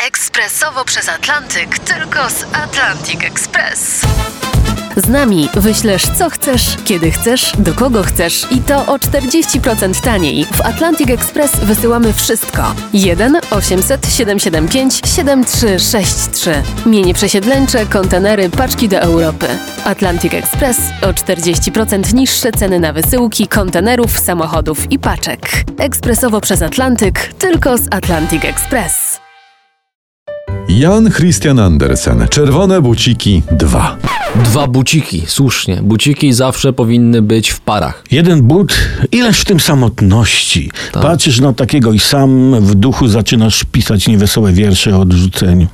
Ekspresowo przez Atlantyk, tylko z Atlantic Express. Z nami wyślesz co chcesz, kiedy chcesz, do kogo chcesz i to o 40% taniej. W Atlantic Express wysyłamy wszystko. 1-800-775-7363. Mienie przesiedleńcze, kontenery, paczki do Europy. Atlantic Express o 40% niższe ceny na wysyłki, kontenerów, samochodów i paczek. Ekspresowo przez Atlantyk, tylko z Atlantic Express. Jan Christian Andersen. Czerwone buciki 2. 2 buciki, słusznie. Buciki zawsze powinny być w parach. Jeden but, ileż w tym samotności. Tak. Patrzysz na takiego i sam w duchu zaczynasz pisać niewesołe wiersze o odrzuceniu.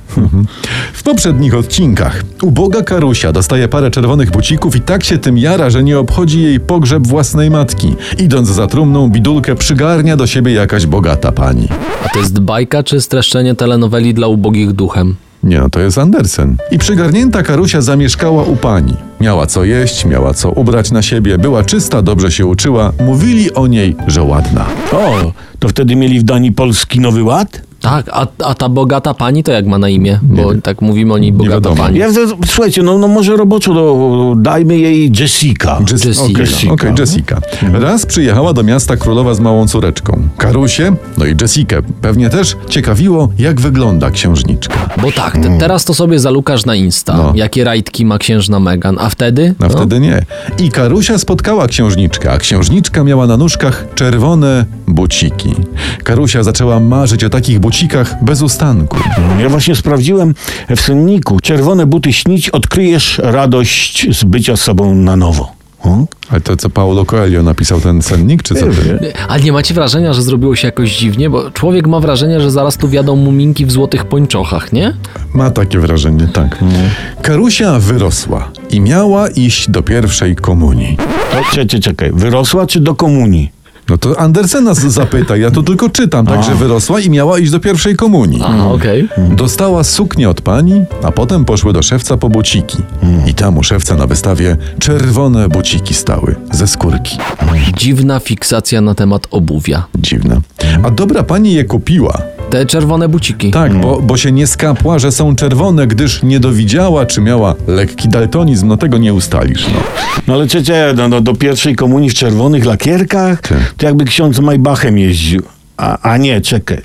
W poprzednich odcinkach uboga Karusia dostaje parę czerwonych bucików i tak się tym jara, że nie obchodzi jej pogrzeb własnej matki. Idąc za trumną, bidulkę przygarnia do siebie jakaś bogata pani. A to jest bajka czy streszczenie telenoweli dla ubogich duchem? Nie, no to jest Andersen. I przygarnięta Karusia zamieszkała u pani. Miała co jeść, miała co ubrać na siebie, była czysta, dobrze się uczyła. Mówili o niej, że ładna. O, to wtedy mieli w Danii Polski Nowy Ład? Tak, a ta bogata pani to jak ma na imię? Bo tak mówimy o niej bogata wiadomo. pani. Słuchajcie, no może roboczo dajmy jej Jessica. Okej, Jessica. Raz przyjechała do miasta królowa z małą córeczką. Karusię, no i Jessikę. Pewnie też ciekawiło, jak wygląda księżniczka. Bo tak, teraz to sobie zalukasz na Insta. No. Jakie rajtki ma księżna Meghan, a wtedy? A wtedy nie. I Karusia spotkała księżniczkę, a księżniczka miała na nóżkach czerwone buciki. Karusia zaczęła marzyć o takich bucikach bez ustanku. Ja właśnie sprawdziłem w senniku. Czerwone buty śnić, odkryjesz radość z bycia sobą na nowo. Ale to co Paulo Coelho napisał ten sennik, czy co ty? Ale nie macie wrażenia, że zrobiło się jakoś dziwnie? Bo człowiek ma wrażenie, że zaraz tu wjadą muminki w złotych pończochach, nie? Ma takie wrażenie, tak. Karusia wyrosła i miała iść do pierwszej komunii. Czekaj, wyrosła czy do komunii? No to Andersena zapytaj, ja tu tylko czytam, także wyrosła i miała iść do pierwszej komunii. Aha, okej. Dostała suknię od pani, a potem poszły do szewca po buciki. I tam u szewca na wystawie czerwone buciki stały, ze skórki. Dziwna fiksacja na temat obuwia. Dziwne. A dobra pani je kupiła. Te czerwone buciki. Tak, bo się nie skapła, że są czerwone, gdyż nie dowidziała, czy miała lekki daltonizm, no tego nie ustalisz, no. No ale do pierwszej komunii w czerwonych lakierkach? To jakby ksiądz Maybachem jeździł. A nie, czekaj.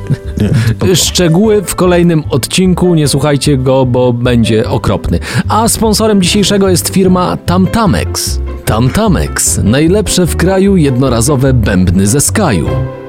Nie, Szczegóły w kolejnym odcinku, nie słuchajcie go, bo będzie okropny. A sponsorem dzisiejszego jest firma Tamtamex. Tamtamex, najlepsze w kraju jednorazowe bębny ze Skyu.